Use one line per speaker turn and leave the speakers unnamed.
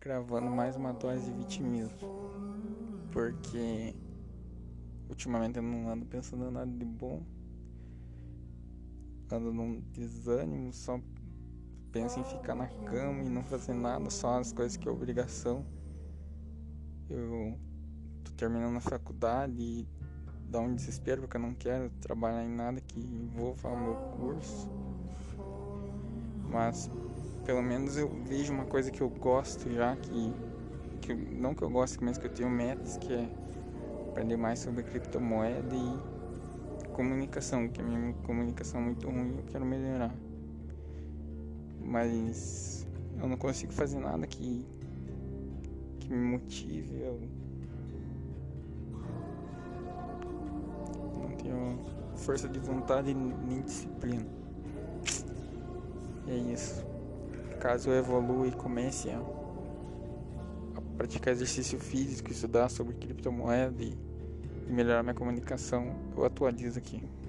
gravando mais uma dose de vitimismo, porque ultimamente eu não ando pensando em nada de bom, ando num desânimo, só penso em ficar na cama e não fazer nada, só as coisas que é obrigação. Eu tô terminando a faculdade e dá um desespero porque eu não quero trabalhar em nada que envolva o meu curso, mas pelo menos eu vejo uma coisa que eu gosto já, não que eu goste, mas que eu tenho metas, que é aprender mais sobre criptomoeda e comunicação, que a minha comunicação é muito ruim e eu quero melhorar. Mas eu não consigo fazer nada que me motive, eu não tenho força de vontade nem disciplina. E é isso. Caso eu evolua e comece a praticar exercício físico, estudar sobre criptomoeda e melhorar minha comunicação, eu atualizo aqui.